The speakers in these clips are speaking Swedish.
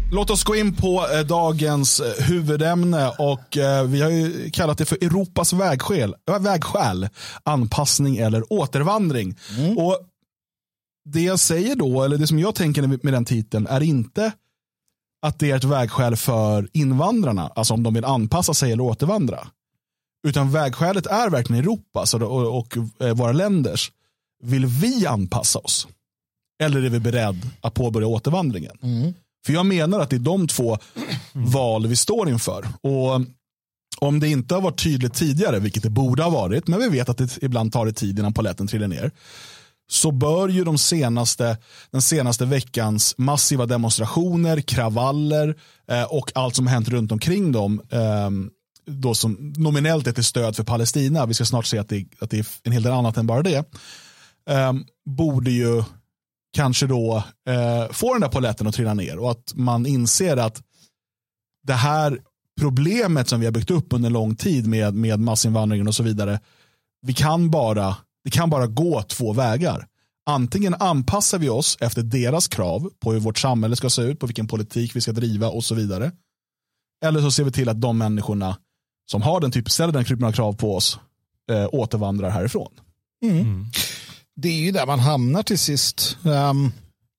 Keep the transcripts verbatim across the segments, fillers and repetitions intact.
Låt oss gå in på eh, dagens eh, huvudämne och eh, vi har ju kallat det för Europas vägskäl, äh, vägskäl, anpassning eller återvandring. Mm. Och det jag säger då, eller det som jag tänker med, med den titeln, är inte att det är ett vägskäl för invandrarna, alltså om de vill anpassa sig eller återvandra. Utan vägskälet är verkligen Europa så, och, och eh, våra länders. Vill vi anpassa oss? Eller är vi beredda att påbörja återvandringen? Mm. För jag menar att det är de två val vi står inför. Och om det inte har varit tydligt tidigare, vilket det borde ha varit, men vi vet att det ibland tar det tid innan paletten trillar ner, så bör ju de senaste, den senaste veckans massiva demonstrationer, kravaller eh, och allt som har hänt runt omkring dem, eh, då som nominellt är till stöd för Palestina, vi ska snart se att det, att det är en hel del annat än bara det, eh, borde ju kanske då eh, få den där paletten att trilla ner och att man inser att det här problemet som vi har byggt upp under lång tid med, med massinvandringen och så vidare, vi kan bara, det kan bara gå två vägar. Antingen anpassar vi oss efter deras krav på hur vårt samhälle ska se ut, på vilken politik vi ska driva och så vidare. Eller så ser vi till att de människorna som har den typ, ställer den typen av krav på oss eh, återvandrar härifrån. Mm. Mm. Det är ju där man hamnar till sist. Um,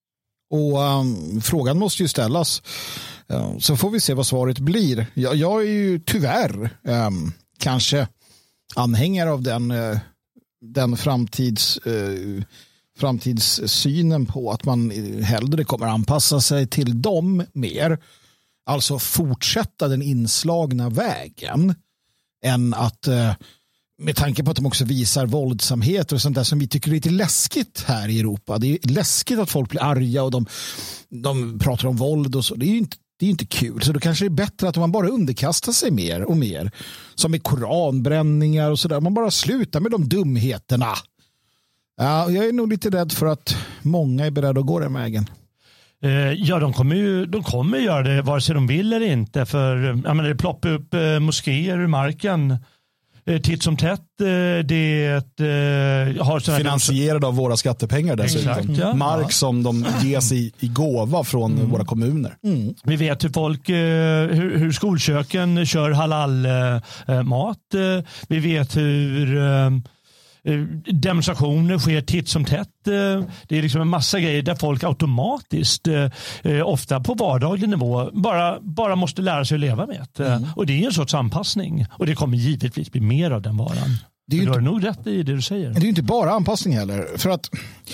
och um, frågan måste ju ställas. Uh, så får vi se vad svaret blir. Jag, jag är ju tyvärr um, kanske anhängare av den, uh, den framtids, uh, framtidssynen på att man hellre kommer anpassa sig till dem mer. Alltså fortsätta den inslagna vägen än att uh, med tanke på att de också visar våldsamheter och sånt där som vi tycker är lite läskigt här i Europa. Det är läskigt att folk blir arga och de, de pratar om våld och så. Det är ju inte, det är inte kul. Så då kanske det är bättre att man bara underkastar sig mer och mer. Som med koranbränningar och sådär. Man bara slutar med de dumheterna. Ja, jag är nog lite rädd för att många är beredda att gå den vägen. Ja, de kommer ju de kommer göra det vare sig de vill eller inte. För jag menar, det ploppar upp moskéer ur marken titt som tätt. Det har finansierad av våra skattepengar dessutom. Exakt, ja. Mark som de ges i, i gåva från mm. våra kommuner. Mm. Vi vet hur folk, hur, hur skolköken kör halal mat. Vi vet hur demonstrationer sker titt som tätt. Det är liksom en massa grejer där folk automatiskt, ofta på vardaglig nivå, bara, bara måste lära sig att leva med. Mm. Och det är en sorts anpassning. Och det kommer givetvis bli mer av den varan. Det är du har inte, nog rätt i det du säger. Det är ju inte bara anpassning heller. För att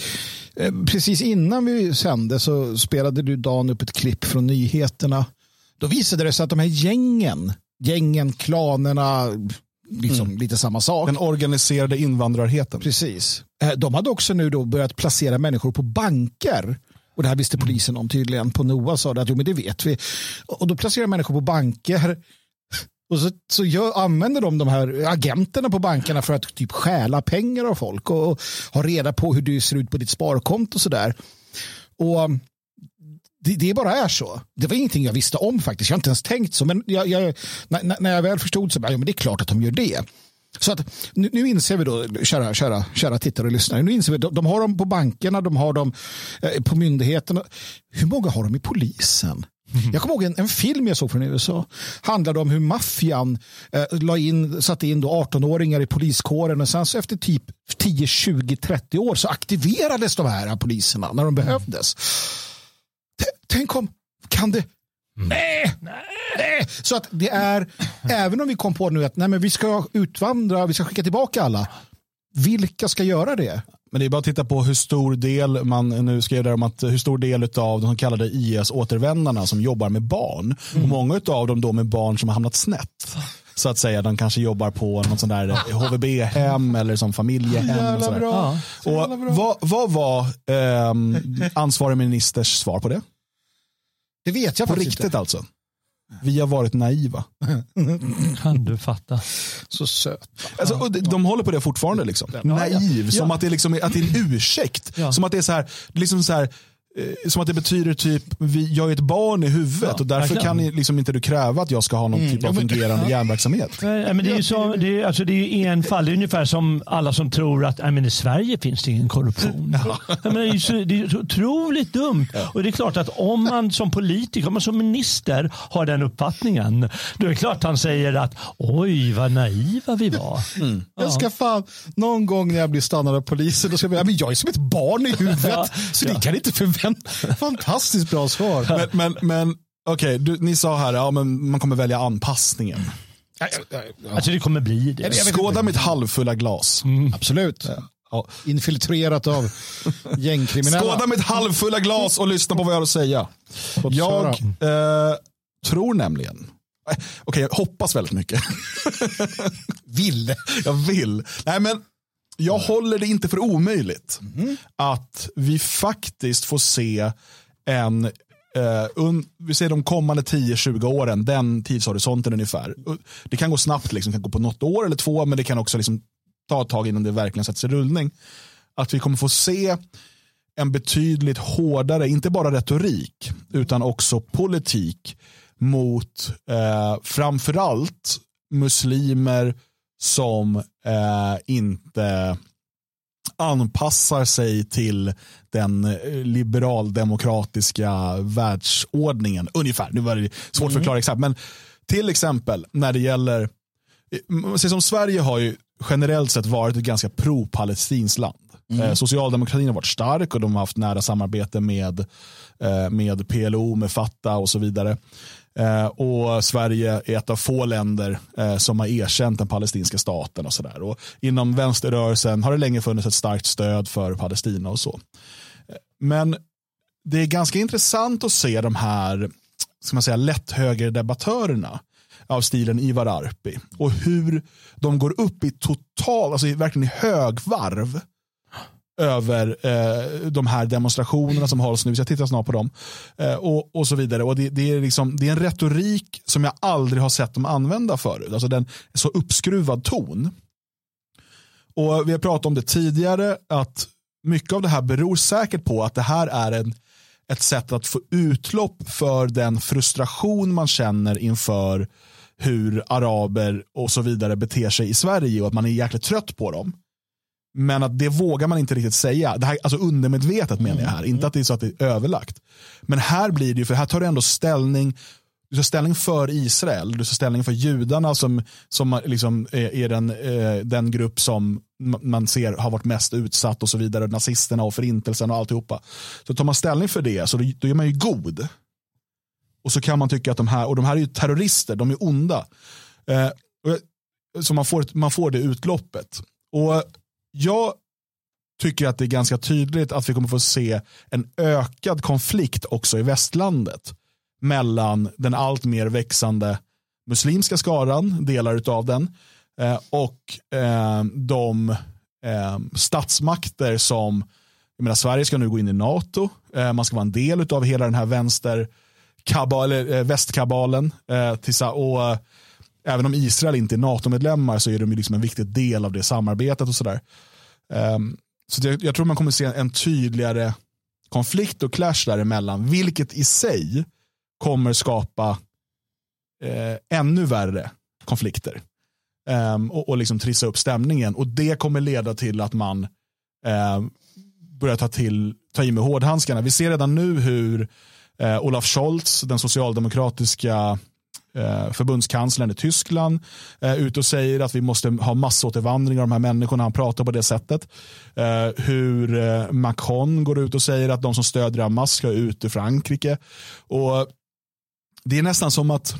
precis innan vi sände så spelade du Dan upp ett klipp från nyheterna. Då visade det sig att de här gängen, gängen, klanerna, liksom mm. lite samma sak. Den organiserade invandrarheten. Precis. De hade också nu då börjat placera människor på banker. Och det här visste polisen om tydligen. På Noa sa det att jo, men det vet vi. Och då placerar människor på banker. Och så, så gör, använder de de här agenterna på bankerna för att typ stjäla pengar av folk. Och, och ha reda på hur det ser ut på ditt sparkonto och sådär. Och Det, det bara är så. Det var ingenting jag visste om faktiskt. Jag har inte ens tänkt så. Men jag, jag, när, när jag väl förstod så bara, ja, men det är klart att de gör det. Så att nu, nu inser vi då, kära, kära, kära tittare och lyssnare, nu inser vi, de, de har dem på bankerna, de har dem eh, på myndigheterna. Hur många har de i polisen? Mm. Jag kommer ihåg en, en film jag såg från U S A. Handlade om hur maffian eh, la in, satte in då arton-åringar i poliskåren och sen så efter typ tio, tjugo, trettio år så aktiverades de här poliserna när de behövdes. Tänk om, kan det? Mm. Nej, nej. Så att det är, även om vi kom på nu att nej, men vi ska utvandra, vi ska skicka tillbaka alla. Vilka ska göra det? Men det är bara att titta på hur stor del, man nu skrev där om att hur stor del av de så kallade I S-återvändarna som jobbar med barn. Mm. Och många av dem då med barn som har hamnat snett. Så att säga, de kanske jobbar på något sån där H V B-hem eller som familjehem. Och, bra. och vad, vad var eh, ansvarig ministers svar på det? Det vet jag på faktiskt riktigt inte. Alltså. Vi har varit naiva. Kan du fatta? Så söt. Alltså, och de, de håller på det fortfarande liksom. Ja, Naiv, ja. Som att det, liksom, att det är en ursäkt. Ja. Som att det är så här, liksom så här, som att det betyder typ, vi, jag är ett barn i huvudet ja, och därför kan ni, liksom inte du kräva att jag ska ha någon mm, typ av fungerande ja. järnverksamhet. Nej, men det är ju så, det är, alltså det är en fall, det är ungefär som alla som tror att men i Sverige finns det ingen korruption. Ja. Men det, är så, det är så otroligt dumt. Ja. Och det är klart att om man som politiker, om man som minister har den uppfattningen, då är det klart han säger att oj vad naiva vi var. Mm. Ja. Jag ska fan, någon gång när jag blir stannad av polisen, då ska jag, men jag är som ett barn i huvudet, ja. så ja. ni kan inte förvänta. Fantastiskt bra svar. Men, men, men okej, okay, ni sa här, ja men man kommer välja anpassningen. Ja, ja, ja. Alltså det kommer bli det. Skåda mitt halvfulla glas. Mm. Absolut. Ja. Infiltrerat av gängkriminella. Skåda mitt halvfulla glas och lyssna på vad jag har att säga. Jag eh, tror nämligen, okej okay, jag hoppas väldigt mycket. Vill. Jag vill. Nej men jag håller det inte för omöjligt mm. att vi faktiskt får se en, eh, un, vi ser de kommande tio tjugo åren, den tidshorisonten ungefär. Det kan gå snabbt, liksom, det kan gå på något år eller två, men det kan också liksom ta ett tag innan det verkligen sätts i rullning. Att vi kommer få se en betydligt hårdare, inte bara retorik, utan också politik mot eh, framförallt muslimer som eh, inte anpassar sig till den liberaldemokratiska världsordningen. Ungefär, nu var det svårt att förklara exakt. Men till exempel när det gäller, som Sverige har ju generellt sett varit ett ganska pro-palestinskt land. Mm. Socialdemokratin har varit stark och de har haft nära samarbete med, med P L O, med Fatah och så vidare. Eh, och Sverige är ett av få länder eh, som har erkänt den palestinska staten och sådär. Och inom vänsterrörelsen har det länge funnits ett starkt stöd för Palestina och så. Men det är ganska intressant att se de här, ska man säga, lätt högerdebattörerna av stilen Ivar Arpi och hur de går upp i total, alltså verkligen i högvarv över eh, de här demonstrationerna som hålls nu. Så jag tittar snart på dem. Eh, och, och så vidare. Och det, det, är liksom, det är en retorik som jag aldrig har sett dem använda förut. Alltså den så uppskruvad ton. Och vi har pratat om det tidigare att mycket av det här beror säkert på att det här är en, ett sätt att få utlopp för den frustration man känner inför hur araber och så vidare beter sig i Sverige och att man är jäkligt trött på dem. Men att det vågar man inte riktigt säga. Det här, alltså undermedvetet menar jag här. Inte att det är så att det är överlagt. Men här blir det ju, för här tar du ändå ställning, du tar ställning för Israel. Du tar ställning för judarna som, som liksom är, är den, eh, den grupp som man ser har varit mest utsatt och så vidare. Nazisterna och förintelsen och alltihopa. Så tar man ställning för det så då, då är man ju god. Och så kan man tycka att de här, och de här är ju terrorister, de är onda. Eh, och, så man får, man får det utloppet. Och jag tycker att det är ganska tydligt att vi kommer få se en ökad konflikt också i västlandet mellan den allt mer växande muslimska skaran, delar utav den, eh, och eh, de eh, statsmakter som, jag menar, Sverige ska nu gå in i NATO, eh, man ska vara en del utav hela den här vänster kabal, eller, eh, västkabalen eh, tills, och eh, även om Israel inte är NATO-medlemmar så är de ju liksom en viktig del av det samarbetet och sådär. Um, så det, jag tror man kommer se en tydligare konflikt och clash däremellan, vilket i sig kommer skapa eh, ännu värre konflikter um, och, och liksom trissa upp stämningen, och det kommer leda till att man eh, börjar ta, till, ta i med hårdhandskarna. Vi ser redan nu hur eh, Olaf Scholz, den socialdemokratiska förbundskanslern i Tyskland, eh, ut och säger att vi måste ha massåtervandring av de här människorna. Han pratar på det sättet. Eh, hur eh, Macron går ut och säger att de som stödjer Hamas ska ut i Frankrike. Och det är nästan som att,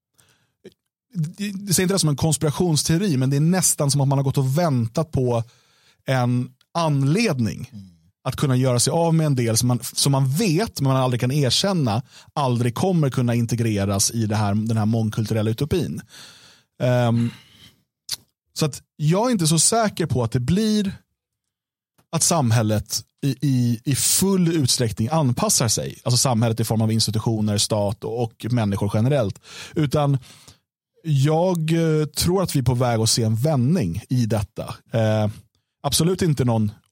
det säger inte det som en konspirationsteori, men det är nästan som att man har gått och väntat på en anledning att kunna göra sig av med en del som man, som man vet men man aldrig kan erkänna aldrig kommer kunna integreras i det här, den här mångkulturella utopin. Um, så att jag är inte så säker på att det blir att samhället i, i, i full utsträckning anpassar sig. Alltså samhället i form av institutioner, stat och, och människor generellt. Utan jag tror att vi är på väg att se en vändning i detta. Uh, absolut inte någon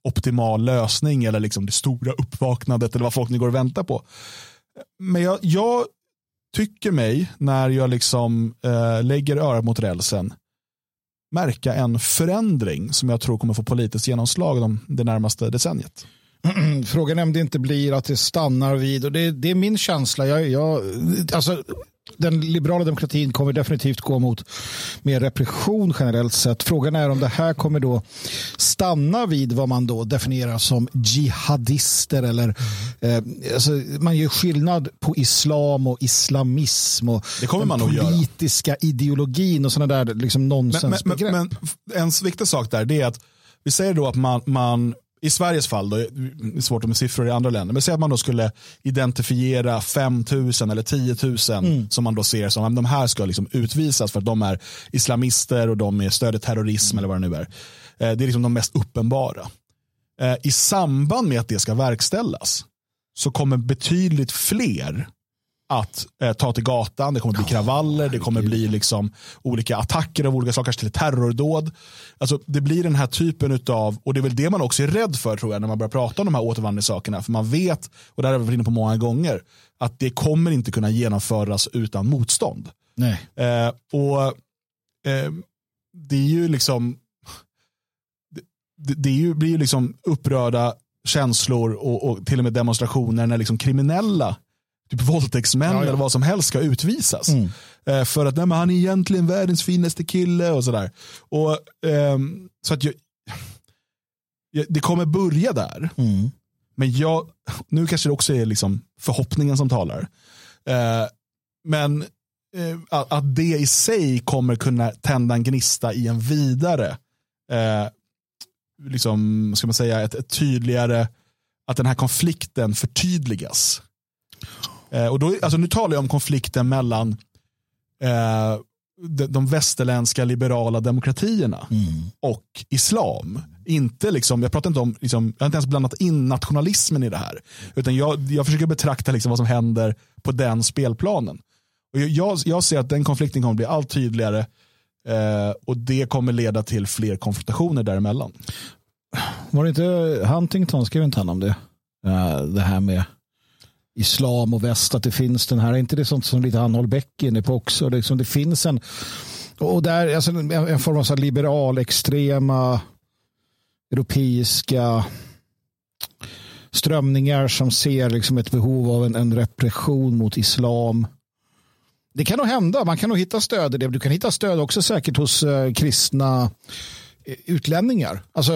optimal lösning eller liksom det stora uppvaknandet eller vad folk nu går och väntar på. Men jag, jag tycker mig när jag liksom eh, lägger örat mot rälsen märka en förändring som jag tror kommer få politiskt genomslag de, det närmaste decenniet. Frågan är om det inte blir att det stannar vid, och det, det är min känsla. Jag, jag, alltså, den liberala demokratin kommer definitivt gå mot mer repression generellt sett. Frågan är om det här kommer då stanna vid vad man då definierar som jihadister eller eh, alltså, man gör skillnad på islam och islamism och det kommer man den nog politiska göra. Ideologin och sådana där liksom nonsensbegrepp. Men, men, men en viktig sak där det är att vi säger då att man, man i Sveriges fall, då, det är svårt med siffror i andra länder, men säg att man då skulle identifiera fem tusen eller tio tusen mm. som man då ser som att de här ska liksom utvisas för att de är islamister och de är stöder terrorism mm. eller vad det nu är. Det är liksom de mest uppenbara. I samband med att det ska verkställas så kommer betydligt fler att eh, ta till gatan, det kommer bli kravaller, det kommer bli liksom olika attacker av olika saker till terrordåd. Alltså det blir den här typen av, och det är väl det man också är rädd för tror jag när man börjar prata om de här återvandringssakerna, för man vet, och där har vi varit inne på många gånger, att det kommer inte kunna genomföras utan motstånd. Nej. Eh, och eh, det är ju liksom det, det är ju, blir ju liksom upprörda känslor och, och till och med demonstrationer när liksom kriminella typ våldtäktsmän ja, ja. eller vad som helst ska utvisas. Mm. Eh, för att nej, men han är egentligen världens finaste kille och sådär. Och, ehm, så att jag, jag, det kommer börja där. Mm. Men jag, nu kanske det också är liksom förhoppningen som talar. Eh, men eh, att, att det i sig kommer kunna tända en gnista i en vidare eh, liksom, ska man säga, ett, ett tydligare, att den här konflikten förtydligas. Eh, och då, alltså nu talar jag om konflikten mellan eh, de, de västerländska liberala demokratierna mm. och islam. Inte liksom, jag pratar inte om, liksom, jag har inte ens blandat in nationalismen i det här. Utan jag, jag försöker betrakta liksom vad som händer på den spelplanen. Och jag, jag ser att den konflikten kommer bli allt tydligare eh, och det kommer leda till fler konfrontationer däremellan. Var det inte Huntington, skrev inte han om det? Uh, det här med islam och väst, att det finns den här, inte det sånt som lite Anhåll Beck inne på också, det, liksom, det finns en och där, alltså, en, en form av så liberal, extrema europeiska strömningar som ser liksom ett behov av en, en repression mot islam. Det kan nog hända, man kan nog hitta stöd i det, du kan hitta stöd också säkert hos eh, kristna eh, utlänningar, alltså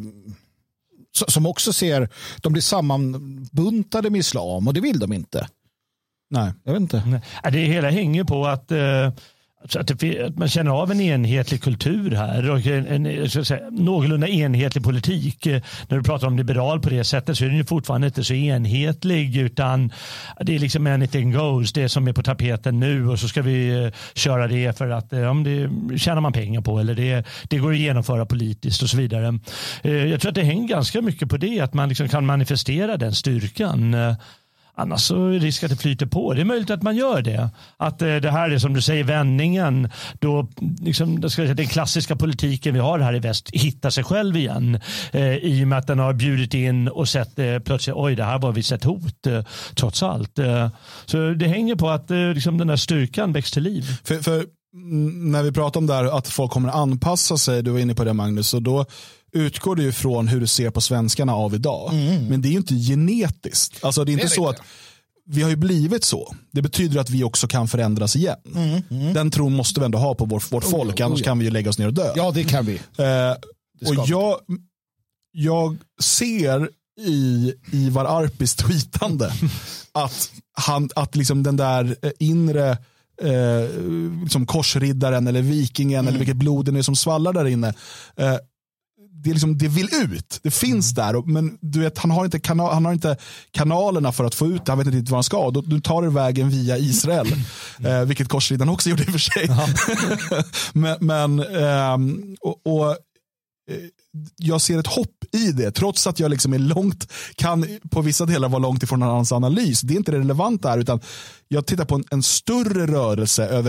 som också ser, de blir sammanbuntade med islam och det vill de inte. Nej. Jag vet inte. Nej. Det hela hänger på att, eh, att, det, att man känner av en enhetlig kultur här och en, en så att säga, någorlunda enhetlig politik. När du pratar om liberal på det sättet så är den ju fortfarande inte så enhetlig, utan det är liksom anything goes, det som är på tapeten nu, och så ska vi eh, köra det för att eh, om det tjänar man pengar på eller det, det går att genomföra politiskt och så vidare. Eh, jag tror att det hänger ganska mycket på det, att man liksom kan manifestera den styrkan. Eh, Annars så är risk att det flyter på. Det är möjligt att man gör det. Att eh, det här är som du säger vändningen. Då liksom, då ska jag säga, den klassiska politiken vi har här i väst hittar sig själv igen. Eh, I och med att den har bjudit in och sett eh, plötsligt, oj det här var vi sett hot eh, trots allt. Eh, så det hänger på att eh, liksom, den här styrkan väcks till liv. För, för när vi pratar om det här, att folk kommer anpassa sig, du var inne på det Magnus, och då utgår det ju från hur du ser på svenskarna av idag. Mm. Men det är ju inte genetiskt. Alltså det är inte det så att vi har ju blivit så. Det betyder att vi också kan förändras igen. Mm. Mm. Den tron måste vi ändå ha på vår, vårt oh, folk, annars oh, ja. kan vi ju lägga oss ner och dö. Ja, det kan vi. Eh, och jag, jag ser i Ivar Arpis tweetande att, han, att liksom den där inre eh, liksom korsriddaren eller vikingen mm. eller vilket blod det är som svallar där inne, eh, det, är liksom, det vill ut. Det finns mm. där. Men du vet, han har, inte kanal, han har inte kanalerna för att få ut det. Han vet inte vad han ska. Då, då tar det vägen via Israel. Mm. Eh, vilket korsriddaren också gjorde i och för sig. men men ehm, och, och jag ser ett hopp i det. Trots att jag liksom är långt, kan på vissa delar vara långt ifrån en annans analys. Det är inte det relevanta här, utan jag tittar på en, en större rörelse över en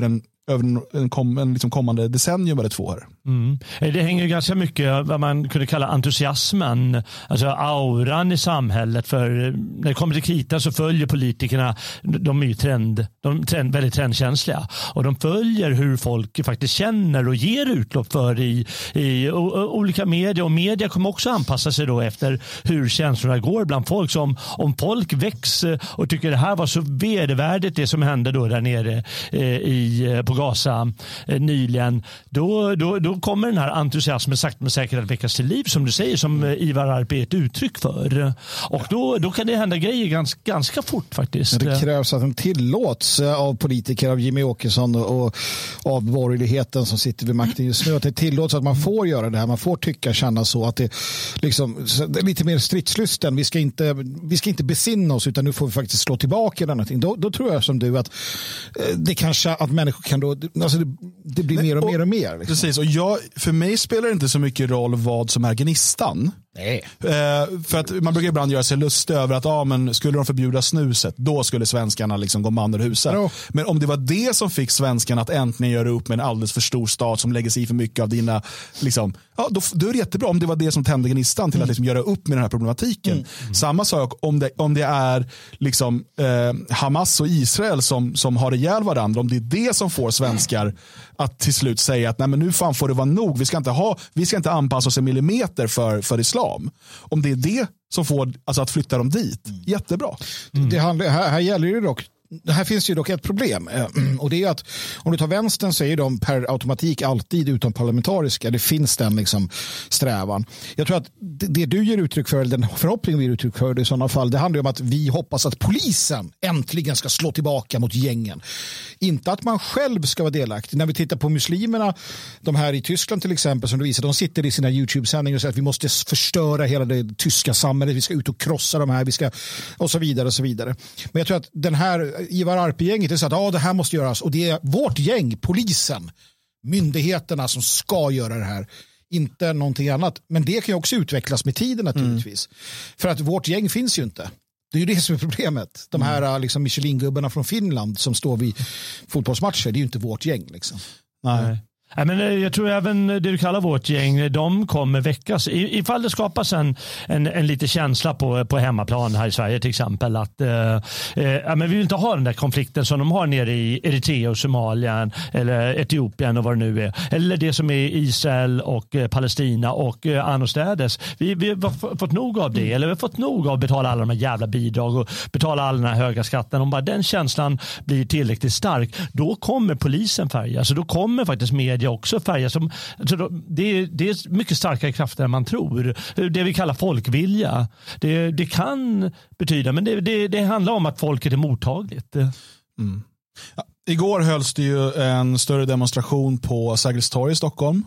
över en, kom, en liksom kommande decennium eller två här. Mm. Det hänger ganska mycket vad man kunde kalla entusiasmen, alltså auran i samhället. För när det kommer till krita så följer politikerna, de är ju trend, de är väldigt trendkänsliga och de följer hur folk faktiskt känner och ger utlopp för i, i olika medier, och media kommer också anpassa sig då efter hur känslorna går bland folk. Så om, om folk växer och tycker det här var så vedervärdigt det som hände då där nere eh, i, på Gaza eh, nyligen, då, då, då kommer den här entusiasmen sakta men säkert att väckas till liv, som du säger, som Ivar Arpi är ett uttryck för. Och då, då kan det hända grejer ganska, ganska fort faktiskt. Men det krävs att den tillåts av politiker, av Jimmy Åkesson och av borgerligheten som sitter vid makten just nu, att det tillåts att man får göra det här, man får tycka, känna så, att det, liksom, det är lite mer stridslysten. Vi ska inte, vi ska inte besinna oss, utan nu får vi faktiskt slå tillbaka eller någonting. Då, då tror jag som du att det kanske att människor kan då, alltså det, det blir mer och, och mer och mer. Liksom. Precis, och jag, för mig spelar det inte så mycket roll vad som är gnistan. Nej. Eh, för att man brukar ibland göra sig lustig över att ah, men skulle de förbjuda snuset, då skulle svenskarna liksom gå man ur huset. Ja. Men om det var det som fick svenskarna att äntligen göra upp med en alldeles för stor stat som lägger sig i för mycket av dina, liksom, ja, då, då är det jättebra om det var det som tände gnistan till mm. att liksom göra upp med den här problematiken. Mm. Mm. Samma sak om det, om det är liksom, eh, Hamas och Israel som, som har ihjäl varandra, om det är det som får svenskar att till slut säga att nej, men nu fan får det vara nog, vi ska inte, ha, vi ska inte anpassa oss en millimeter för, för islam. Om det är det som får alltså, att flytta dem dit, mm. jättebra. Mm. Det handlar, här, här gäller det dock, här finns ju dock ett problem, och det är att om du tar vänstern så är de per automatik alltid utom parlamentariska. Det finns den liksom strävan. Jag tror att det du ger uttryck för, den förhoppningen vi ger uttryck för det i sådana fall, det handlar om att vi hoppas att polisen äntligen ska slå tillbaka mot gängen. Inte att man själv ska vara delaktig. När vi tittar på muslimerna, de här i Tyskland till exempel, som du visar, de sitter i sina YouTube-sändningar och säger att vi måste förstöra hela det tyska samhället, vi ska ut och krossa de här, vi ska, och så vidare och så vidare. Men jag tror att den här Ivar Arpi-gänget är så att ah, det här måste göras, och det är vårt gäng, polisen, myndigheterna som ska göra det här, inte någonting annat. Men det kan ju också utvecklas med tiden naturligtvis. Mm. För att vårt gäng finns ju inte. Det är ju det som är problemet. De här mm. liksom Michelin-gubbarna från Finland som står vid fotbollsmatcher, det är ju inte vårt gäng liksom. Nej. Ja, men jag tror även det du kallar vårt gäng, de kommer väckas. I, ifall det skapas en, en, en lite känsla på, på hemmaplan här i Sverige till exempel, att eh, ja, men vi vill inte ha den där konflikten som de har nere i Eritrea och Somalia eller Etiopien och vad det nu är. Eller det som är Israel och eh, Palestina och eh, annorstädes. Vi, vi har fått nog av det, mm. eller vi har fått nog av att betala alla de här jävla bidrag och betala alla den här höga skatten. Om bara den känslan blir tillräckligt stark, då kommer polisen färga. Alltså då kommer faktiskt mer också färger som, alltså det, är, det är mycket starkare krafter än man tror. Det vi kallar folkvilja. Det, det kan betyda, men det, det, det handlar om att folket är mottagligt. Mm. Ja, igår hölls det ju en större demonstration på Sergels torg i Stockholm.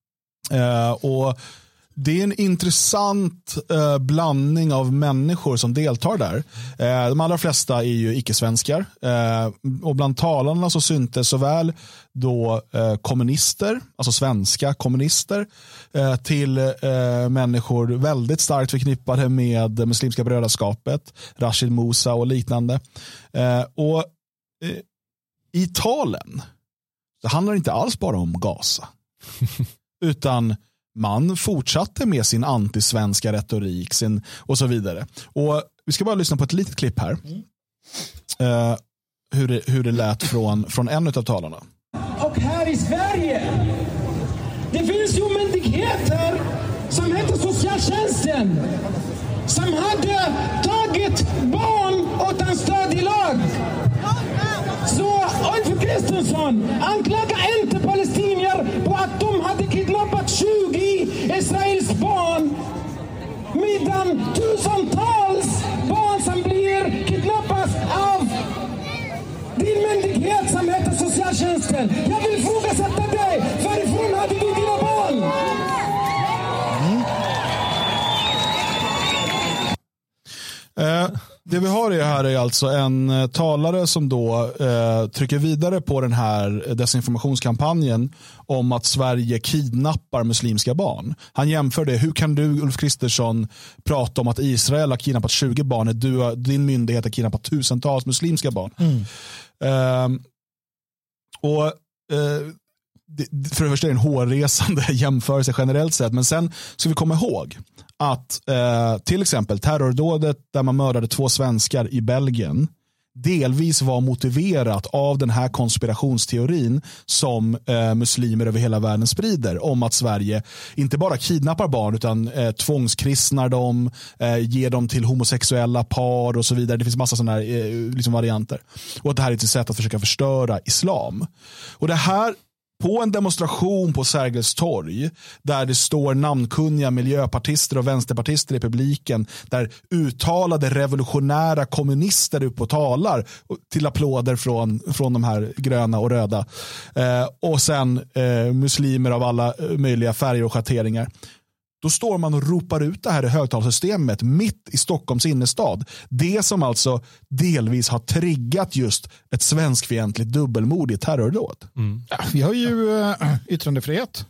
Mm. Eh, och det är en intressant eh, blandning av människor som deltar där. Eh, de allra flesta är ju icke-svenskar. Eh, och bland talarna så syntes såväl då eh, kommunister, alltså svenska kommunister, eh, till eh, människor väldigt starkt förknippade med Muslimska brödraskapet, Rashid Musa och liknande. Eh, och eh, i talen, det handlar inte alls bara om Gaza. Utan man fortsatte med sin antisvenska retorik sin, och så vidare. Och vi ska bara lyssna på ett litet klipp här. Mm. Uh, hur, det, hur det lät från, från en av talarna. Och här i Sverige, det finns ju myndigheter som heter socialtjänsten, som hade tagit barn utan stöd i lag. Så Ulf Kristersson, anklaga inte palestinier på att de hade kidnappat tjugo Israels barn, medan tusentals barn som blir kidnappas av din myndighet som heter socialtjänsten. Jag vill ifrågasätta dig. Varifrån hade du dina barn? Mm. Uh. Det vi har här är alltså en talare som då eh, trycker vidare på den här desinformationskampanjen om att Sverige kidnappar muslimska barn. Han jämför det. Hur kan du, Ulf Kristersson, prata om att Israel har kidnappat tjugo barn när du, din myndighet har kidnappat tusentals muslimska barn? Mm. Eh, och eh, det, för det första är det en hårresande jämförelse generellt sett, men sen ska vi komma ihåg att eh, till exempel terrordådet där man mördade två svenskar i Belgien delvis var motiverat av den här konspirationsteorin som eh, muslimer över hela världen sprider om att Sverige inte bara kidnappar barn utan eh, tvångskristnar dem, eh, ger dem till homosexuella par och så vidare. Det finns massa sådana här eh, liksom varianter. Och att det här är ett sätt att försöka förstöra islam. Och det här på en demonstration på Sergels torg där det står namnkunniga miljöpartister och vänsterpartister i publiken, där uttalade revolutionära kommunister upp och talar till applåder från, från de här gröna och röda eh, och sen eh, muslimer av alla möjliga färger och schatteringar. Då står man och ropar ut det här i högtalarsystemet mitt i Stockholms innerstad. Det som alltså delvis har triggat just ett svenskfientligt dubbelmord i terrordåd. Mm. Ja, vi har ju äh, yttrandefrihet.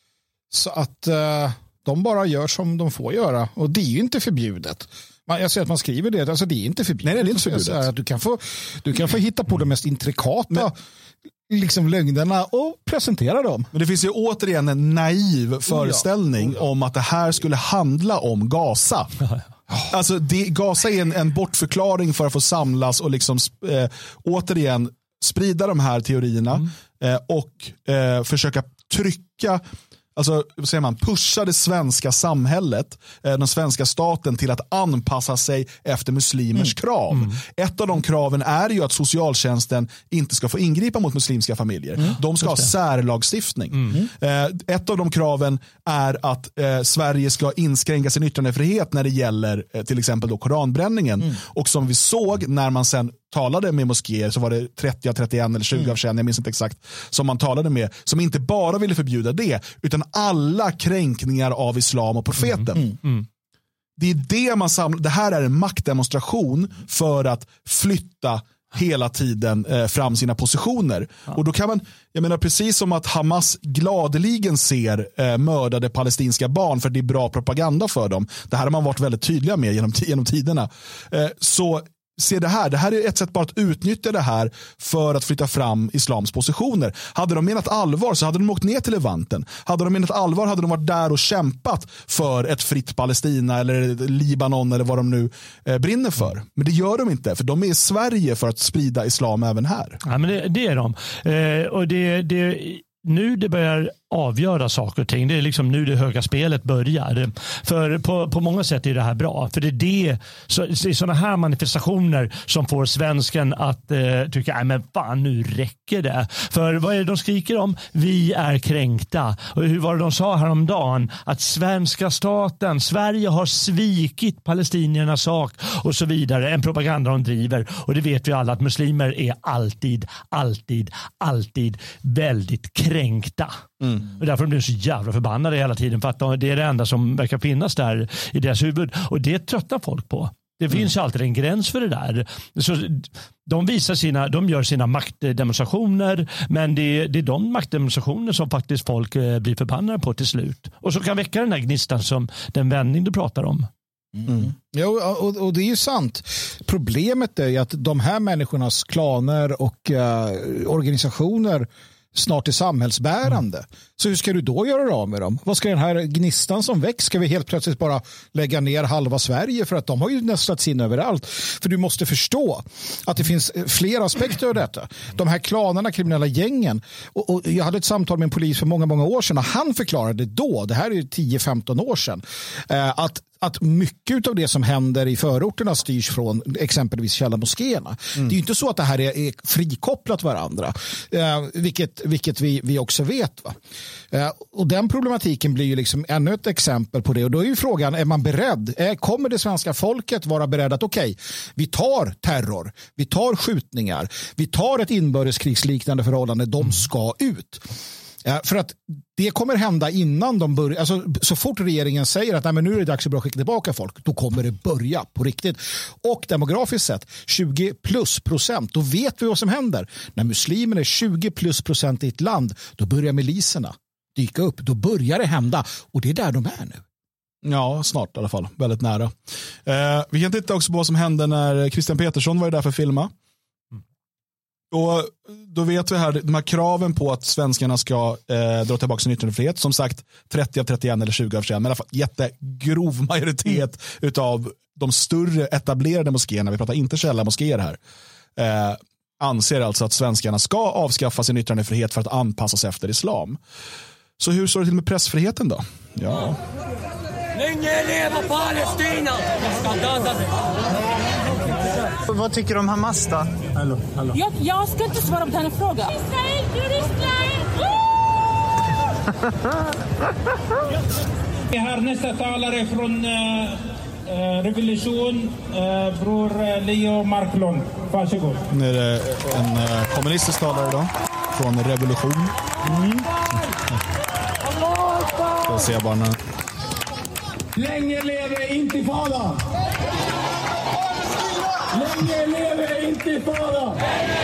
Så att äh, de bara gör som de får göra. Och det är ju inte förbjudet. Man, jag säger att man skriver det, alltså det är inte förbjudet. Nej, det är inte förbjudet. Att du, kan få, du kan få hitta på de mest intrikata Men, liksom lögnerna och presentera dem. Men det finns ju återigen en naiv föreställning oh ja. Oh ja. om att det här skulle handla om Gaza. Alltså det, Gaza är en, en bortförklaring för att få samlas och liksom eh, återigen sprida de här teorierna mm. eh, och eh, försöka trycka, alltså vad säger man, pusha det svenska samhället, eh, den svenska staten till att anpassa sig efter muslimers mm. krav. Mm. Ett av de kraven är ju att socialtjänsten inte ska få ingripa mot muslimska familjer. Mm. De ska ha särlagstiftning. Mm. Eh, ett av de kraven är att eh, Sverige ska inskränka sin yttrandefrihet när det gäller eh, till exempel då koranbränningen. Mm. Och som vi såg när man sen talade med moskéer, så var det trettio, trettioett eller tjugo mm. av tjugo, jag minns inte exakt, som man talade med, som inte bara ville förbjuda det, utan alla kränkningar av islam och profeten. Mm. Mm. Mm. Det är det man samlar. Det här är en maktdemonstration för att flytta hela tiden eh, fram sina positioner. Ja. Och då kan man, jag menar precis som att Hamas gladeligen ser eh, mördade palestinska barn för det är bra propaganda för dem. Det här har man varit väldigt tydliga med genom, genom tiderna. Eh, så se det här, det här är ett sätt bara att utnyttja det här för att flytta fram islams positioner. Hade de menat allvar så hade de åkt ner till Levanten. Hade de menat allvar hade de varit där och kämpat för ett fritt Palestina eller Libanon eller vad de nu eh, brinner för. Men det gör de inte, för de är i Sverige för att sprida islam även här. Ja, men det, det är de. Eh, och det, det, nu det börjar avgöra saker och ting. Det är liksom nu det höga spelet börjar. För på, på många sätt är det här bra. För det är det, så, det är sådana här manifestationer som får svensken att eh, tycka, nej men fan nu räcker det. För vad är det de skriker om? Vi är kränkta. Och hur var det de sa häromdagen? Att svenska staten, Sverige har svikit palestiniernas sak och så vidare. En propaganda de driver. Och det vet vi alla att muslimer är alltid, alltid, alltid väldigt kränkta. Mm. Och därför blir de så jävla förbannade hela tiden för att det är det enda som verkar finnas där i deras huvud. Och det tröttar folk på. Det mm. finns ju alltid en gräns för det där. Så de visar sina, de gör sina maktdemonstrationer, men det, det är de maktdemonstrationer som faktiskt folk blir förbannade på till slut. Och så kan väcka den här gnistan som den vändning du pratar om. Mm. Ja, och, och det är ju sant. Problemet är ju att de här människornas klaner och uh, organisationer snart är samhällsbärande. Mm. Så hur ska du då göra av med dem? Vad ska den här gnistan som väcks? Ska vi helt plötsligt bara lägga ner halva Sverige för att de har ju nästlats in överallt? För du måste förstå att det finns flera aspekter av detta. De här klanerna, kriminella gängen. Och, och jag hade ett samtal med en polis för många, många år sedan och han förklarade då, det här är ju tio femton år sedan, eh, att att mycket av det som händer i förorterna styrs från exempelvis Källarmoskéerna. Mm. Det är ju inte så att det här är, är frikopplat varandra. Eh, vilket vilket vi, vi också vet. Va? Eh, och den problematiken blir ju liksom ännu ett exempel på det. Och då är ju frågan, är man beredd? Eh, kommer det svenska folket vara beredd att okej, okay, vi tar terror, vi tar skjutningar, vi tar ett inbördeskrigsliknande förhållande, de ska ut. Ja, för att det kommer hända innan de börjar. Alltså, så fort regeringen säger att nej, men nu är det dags att börja skicka tillbaka folk, då kommer det börja på riktigt. Och demografiskt sett tjugo plus procent, då vet vi vad som händer. När muslimerna är tjugo plus procent i ett land, då börjar miliserna dyka upp. Då börjar det hända. Och det är där de är nu. Ja, snart i alla fall. Väldigt nära. Eh, vi kan titta också på vad som hände när Christian Petersson var där för att filma. Och då vet vi här, de här kraven på att svenskarna ska eh, dra tillbaka sin yttrandefrihet, som sagt trettio av trettioen eller tjugo av tjugoen, men i alla fall jättegrov majoritet mm. utav de större etablerade moskéerna, vi pratar inte källarmoskéer här, eh, anser alltså att svenskarna ska avskaffa sin yttrandefrihet för att anpassa sig efter islam. Så hur står det till med pressfriheten då? Ja. Länge leva Palestina! Vad tycker du om Hamas då? Hallå, hallå. Jag, jag ska inte svara på den här frågan. Vi har nästa talare från uh, Revolution, uh, bror Leo Marklund. Varsågod. Nu är det en uh, kommunistisk talare då, från Revolution. Mm. Jag ser bara nu. Länge lever intifada! Länge lever intifada!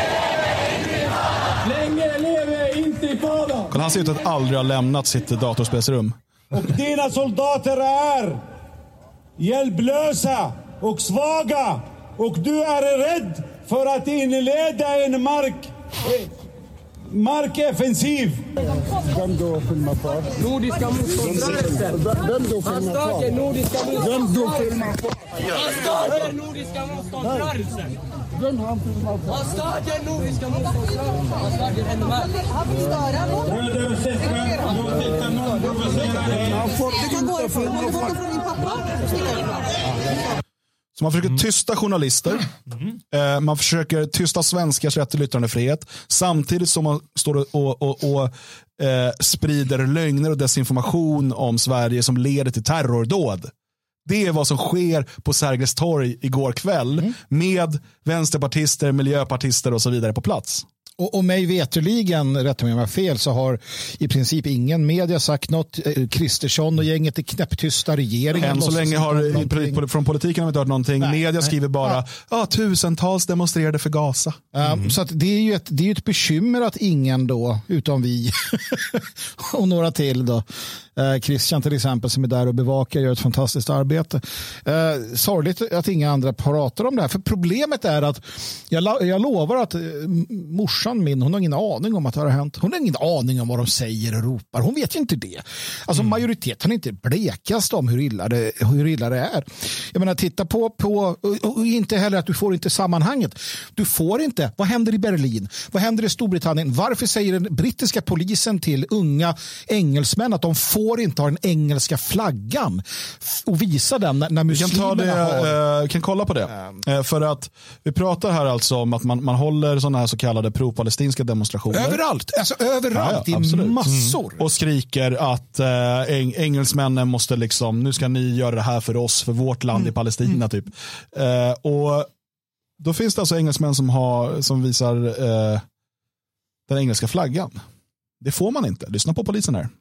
Länge lever intifada! Kan han se ut att aldrig ha lämnat sitt datorspelsrum? Och dina soldater är hjälplösa och svaga. Och du är rädd för att inleda en mark... markoffensiv. Vem då filmar på? Nordiska motståndsrörelsen. Vem då filmar på? Nordiska Vem då filmar på? Han stödjer Nordiska motståndsrörelsen. Vem han filmar på? Han stödjer Nordiska motståndsrörelsen. Han stödjer henne med. Han vill störa någon. Bröder och systrar, jag tittar någon provocera. Du kan gå ifrån. Du kan gå från din pappa. Så man försöker tysta journalister. Mm. Man försöker tysta svenskars rätt till yttrandefrihet. Samtidigt som man står och, och, och, och eh, sprider lögner och desinformation om Sverige som leder till terrordåd. Det är vad som sker på Sergels torg igår kväll mm. med vänsterpartister, miljöpartister och så vidare på plats. Och, och mig veterligen, rätt om jag har fel, så har i princip ingen media sagt något. Kristersson och gänget är knäpptysta, regeringen. Än så länge har från politiken har vi inte hört någonting. Nej, media skriver nej. bara ja. ah, tusentals demonstrerade för Gaza. Mm. Um, så att det är ju ett, det är ett bekymmer att ingen då, utom vi och några till då, uh, Christian till exempel som är där och bevakar, gör ett fantastiskt arbete. Uh, sorgligt att inga andra pratar om det här. För problemet är att jag, jag lovar att uh, morsan min, hon har ingen aning om att det har hänt. Hon har ingen aning om vad de säger och ropar. Hon vet ju inte det. Alltså mm. majoriteten är inte blekast om hur illa det, hur illa det är. Jag menar, titta på, på och, och inte heller att du får inte sammanhanget. Du får inte. Vad händer i Berlin? Vad händer i Storbritannien? Varför säger den brittiska polisen till unga engelsmän att de får inte ha den engelska flaggan och visa den när, när muslimerna vi kan ta det, har... äh, kan kolla på det. Mm. För att vi pratar här alltså om att man, man håller sådana här så kallade pro-palestinska demonstrationer. Överallt, alltså överallt, ja, ja, i massor. Mm. Och skriker att äh, eng- engelsmännen måste liksom, nu ska ni göra det här för oss, för vårt land mm. i Palestina mm. typ. Äh, och då finns det alltså engelsmän som, har, som visar äh, den engelska flaggan. Det får man inte. Lyssna på polisen här.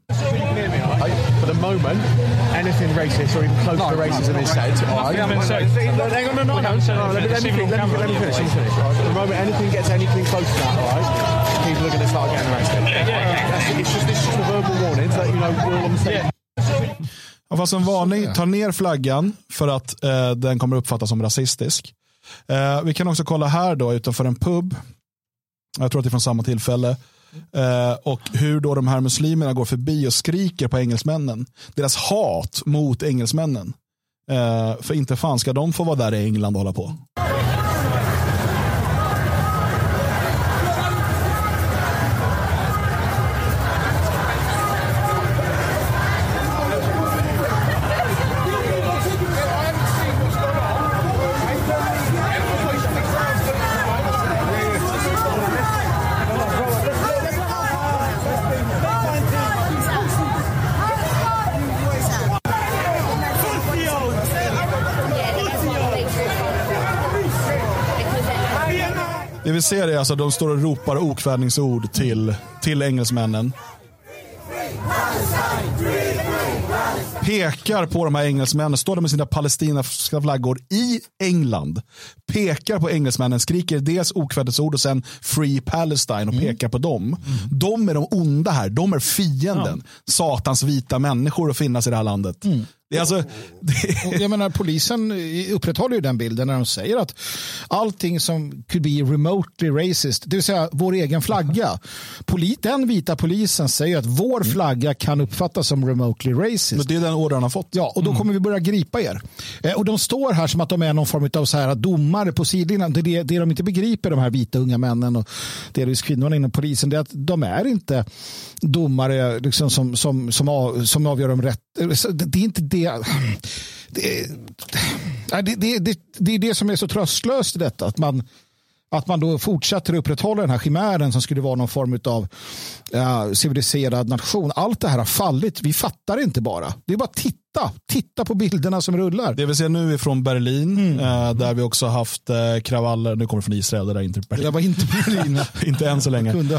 For the moment, anything racist or even close no, to racism no, is said. Right? Hang on, no, no, no. Let me finish. Let me finish. For the moment, anything gets anything close to that, all right? People are going to start getting arrested. It's just this just a verbal warning, so you know we're all on the same. Ja, fast en varning, ta ner flaggan för att eh, den kommer uppfattas som rasistisk. Eh, vi kan också kolla här då utanför en pub. Jag tror att det är från samma tillfälle. Uh, och hur då de här muslimerna går förbi och skriker på engelsmännen. Deras hat mot engelsmännen. Uh, för inte fan ska de få vara där i England och hålla på. Det vi ser är alltså de står och ropar okvädningsord till, till engelsmännen. Pekar på de här engelsmännen, står de med sina palestinska flaggor i England. Pekar på engelsmännen, skriker dels okvädningsord och sen Free Palestine och mm. pekar på dem. Mm. De är de onda här, de är fienden. Ja. Satans vita människor att finnas i det här landet. Mm. Det är alltså, det... Jag menar, polisen upprätthåller ju den bilden när de säger att allting som could be remotely racist, det vill säga vår egen flagga. Poli- den vita polisen säger att vår flagga kan uppfattas som remotely racist. Men det är den ordern har fått. Ja, och då kommer vi börja gripa er. Eh, och de står här som att de är någon form av så här domare på sidlinjen. Det, det, det de inte begriper, de här vita unga männen och delvis kvinnorna inom polisen, det är att de är inte domare liksom, som, som, som, av, som avgör om rätt. Det är inte det. Det, det, det, det, det är det som är så tröstlöst i detta. Att man, att man då fortsätter upprätthålla den här chimären som skulle vara någon form av uh, civiliserad nation. Allt det här har fallit. Vi fattar inte bara. Det är bara att titta. Titta på bilderna som rullar. Det vi ser nu är från Berlin, mm. uh, där vi också haft uh, kravaller. Nu kommer från Israel, det där är inte Berlin. Det var inte Berlin. Inte än så länge. Uh,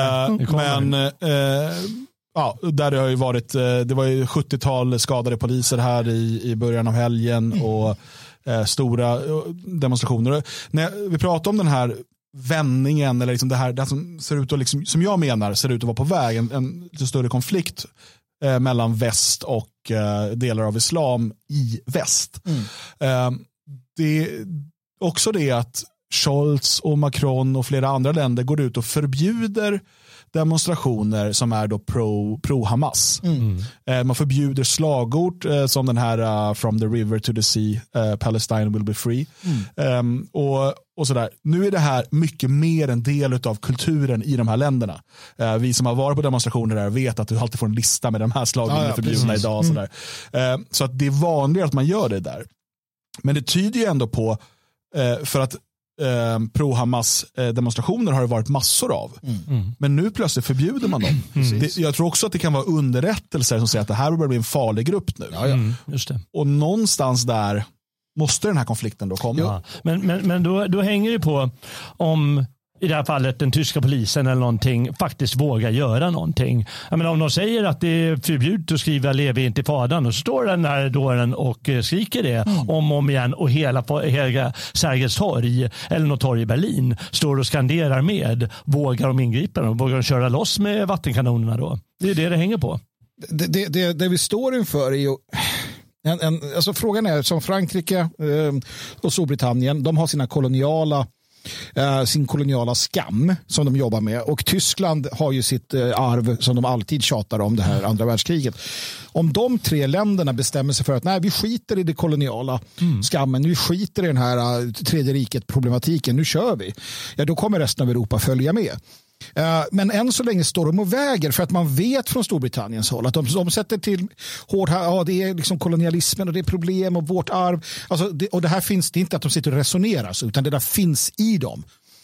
men... Uh, Ja, där det har ju varit, det var ju sjuttiotal skadade poliser här i, i början av helgen mm. och eh, stora demonstrationer. När vi pratar om den här vändningen eller liksom det här det som ser ut att liksom, som jag menar ser ut att vara på väg en, en lite större konflikt eh, mellan väst och eh, delar av islam i väst. Mm. Eh, det är också det att Scholz och Macron och flera andra länder går ut och förbjuder demonstrationer som är då pro, pro Hamas. Mm. Eh, man förbjuder slagord eh, som den här uh, From the river to the sea, uh, Palestine will be free. Mm. Um, och, och sådär. Nu är det här mycket mer en del av kulturen i de här länderna. Uh, vi som har varit på demonstrationer där vet att du alltid får en lista med de här slagorden ja, ja, förbjudna precis. Idag. Och sådär. Mm. Uh, så att det är vanligare att man gör det där. Men det tyder ju ändå på uh, för att Eh, pro-Hamas eh, demonstrationer har det varit massor av. Mm. Mm. Men nu plötsligt förbjuder man dem. Mm. Det, jag tror också att det kan vara underrättelser som säger att det här börjar bli en farlig grupp nu. Ja, ja. Mm, just det. Och någonstans där måste den här konflikten då komma. Ja. Men, men, men då, då hänger det på om i det här fallet den tyska polisen eller någonting faktiskt vågar göra någonting. Jag menar, om de säger att det är förbjudet att skriva lev inte fadan och så står den där dåren och skriker det mm. om och om igen och hela, hela Sergels torg eller något torg i Berlin står och skanderar med. Vågar de ingripa och vågar de köra loss med vattenkanonerna då? Det är det det hänger på. Det, det, det, det vi står inför är ju en, en, alltså frågan är som Frankrike eh, och Storbritannien, de har sina koloniala Uh, sin koloniala skam som de jobbar med och Tyskland har ju sitt uh, arv som de alltid tjatar om, det här andra världskriget. Om de tre länderna bestämmer sig för att nej, vi skiter i det koloniala mm. skammen, vi skiter i den här uh, tredje riket problematiken, nu kör vi. Ja, då kommer resten av Europa följa med. Uh, men än så länge står de och väger för att man vet från Storbritanniens håll att de, de sätter till hård här, ja, det är liksom kolonialismen och det är problem och vårt arv. Alltså, det, och det här finns det inte att de sitter och resonerar så, utan det där finns i dem.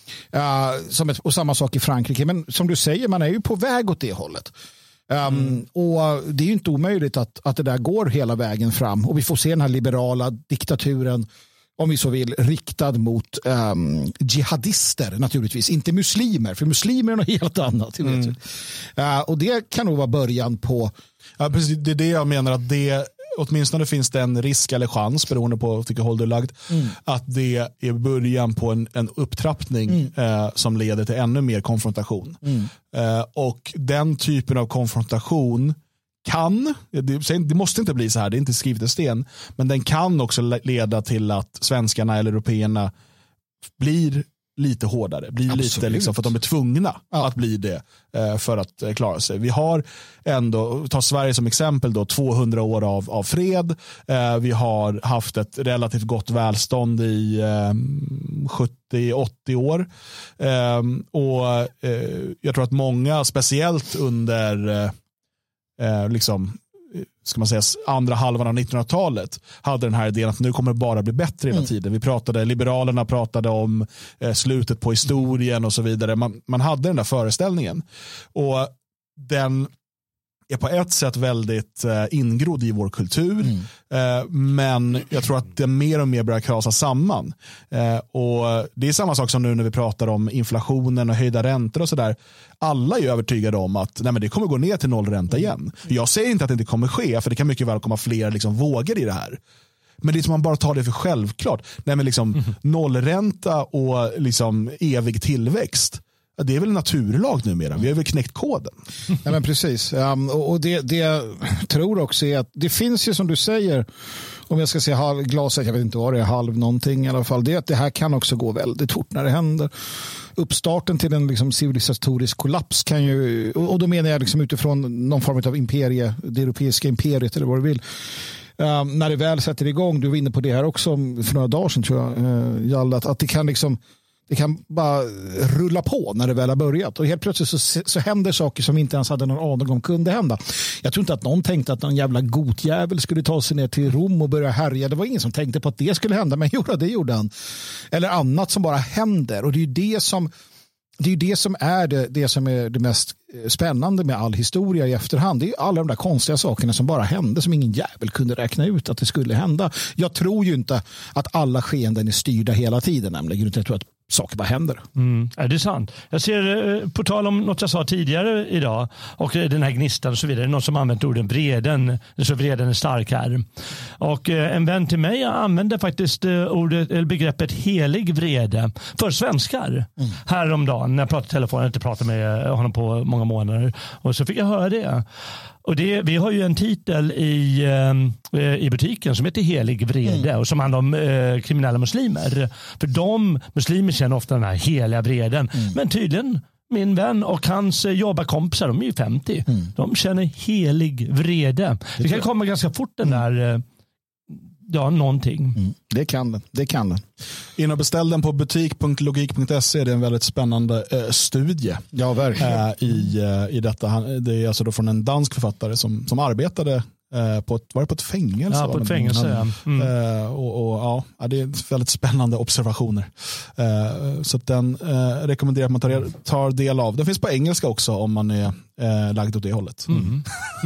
Uh, som ett, och samma sak i Frankrike. Men som du säger, man är ju på väg åt det hållet. Um, mm. Och det är ju inte omöjligt att, att det där går hela vägen fram och vi får se den här liberala diktaturen, om vi så vill, riktad mot um, jihadister naturligtvis, inte muslimer, för muslimer är något helt annat. Mm. Vet uh, och det kan nog vara början på... Ja, precis, det är det jag menar, att det åtminstone finns det en risk eller chans, beroende på vilket håll du är lagd, mm. att det är början på en, en upptrappning mm. eh, som leder till ännu mer konfrontation. Mm. Eh, och den typen av konfrontation kan, det måste inte bli så här, det är inte skrivet i sten, men den kan också leda till att svenskarna eller européerna blir lite hårdare, blir Absolut. lite liksom, för att de är tvungna ja. att bli det för att klara sig. Vi har ändå, ta Sverige som exempel då, tvåhundra år av, av fred. Vi har haft ett relativt gott välstånd i sjuttio åttio år. Och jag tror att många, speciellt under Eh, liksom, ska man säga, andra halvan av nittonhundratalet hade den här idén att nu kommer det bara bli bättre hela mm. tiden. Vi pratade, liberalerna pratade om eh, slutet på historien och så vidare. Man, man hade den där föreställningen. Och den är på ett sätt väldigt eh, ingrodd i vår kultur. Mm. Eh, men jag tror att det mer och mer börjar krasa samman. Eh, och det är samma sak som nu när vi pratar om inflationen och höjda räntor och sådär. Alla är övertygade om att nej, men det kommer gå ner till nollränta igen. Mm. Jag säger inte att det inte kommer ske, för det kan mycket väl komma fler liksom, vågor i det här. Men det är som man bara tar det för självklart. Nej, men liksom, mm. nollränta och liksom, evig tillväxt. det är väl naturlag numera. Vi har väl knäckt koden. Ja, men precis. Um, och det, det jag tror också är att det finns ju, som du säger, om jag ska säga halv glaset, jag vet inte vad det är, halv någonting i alla fall, det är att det här kan också gå väldigt fort när det händer. Uppstarten till en liksom civilisatorisk kollaps kan ju, och då menar jag liksom utifrån någon form av imperie, det europeiska imperiet eller vad du vill. Um, när det väl sätter igång, du var inne på det här också för några dagar sedan tror jag, uh, Jalla, att, att det kan liksom det kan bara rulla på när det väl har börjat. Och helt plötsligt så, så händer saker som vi inte ens hade någon aning om kunde hända. Jag tror inte att någon tänkte att någon jävla gotjävel skulle ta sig ner till Rom och börja härja. Det var ingen som tänkte på att det skulle hända, men jo, det gjorde han. Eller annat som bara händer. Och det är ju det som, det är, det som är det, det som är det mest spännande med all historia i efterhand. Det är alla de där konstiga sakerna som bara hände, som ingen jävel kunde räkna ut att det skulle hända. Jag tror ju inte att alla skeenden är styrda hela tiden, nämligen, utan jag tror att saker bara händer. Mm, är det sant? Jag ser, på tal om något jag sa tidigare idag, och den här gnistan och så vidare, någon som använt orden vreden, så vreden är stark här. Och en vän till mig använde faktiskt ordet, eller begreppet helig vrede för svenskar. Mm. Häromdagen när jag pratade i telefon, jag inte pratat med honom på många månader, och så fick jag höra det. Och det, vi har ju en titel i, eh, i butiken som heter Helig vrede, mm. och som handlar om eh, kriminella muslimer. För de muslimer känner ofta den här heliga vreden. Mm. Men tydligen min vän och hans jobbarkompisar, de är ju femtio. Mm. De känner helig vrede. Det, det kan komma ganska fort den mm. där... Eh, Ja, någonting. Mm. Det kan den. Det kan den. In och beställ den på butik punkt logik punkt se. Det är en väldigt spännande eh, studie. Ja, verkligen. Eh, i, eh, i detta. Det är alltså då från en dansk författare som, som arbetade eh, på ett, var det på ett fängelse? Ja, på ett fängelse. Ja. Mm. Eh, och, och, ja, det är väldigt spännande observationer. Eh, så att den eh, rekommenderar att man tar, tar del av. Den finns på engelska också om man är eh, lagd åt det hållet. Mm.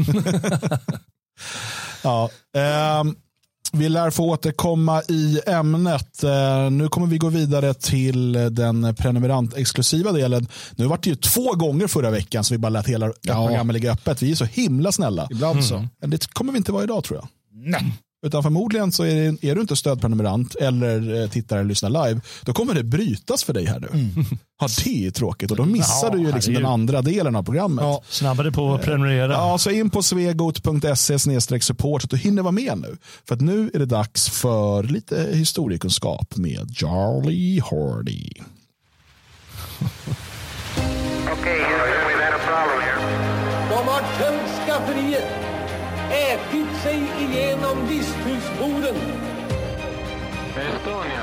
ja, eh, vi lär få återkomma i ämnet. Nu kommer vi gå vidare till den prenumerant-exklusiva delen. Nu var det ju två gånger förra veckan så vi bara lät hela ja. programmet ligga öppet. Vi är så himla snälla. Ibland så. Mm. Men det kommer vi inte vara idag, tror jag. Nej. Utan förmodligen så är, det, är du inte stödprenumerant eller tittar eller lyssnar live, då kommer det brytas för dig här nu. Mm. Ja, det är tråkigt. Och då missar ja, du ju liksom den andra delen av programmet. Ja, snabbare på att prenumerera. Ja, så in på svegot punkt se slash support så att du hinner vara med nu. För att nu är det dags för lite historiekunskap med Charlie Hardy. Okej, we've had a problem here. De har tömt skafferiet, ätit sig igenom visthusboden. Estonia.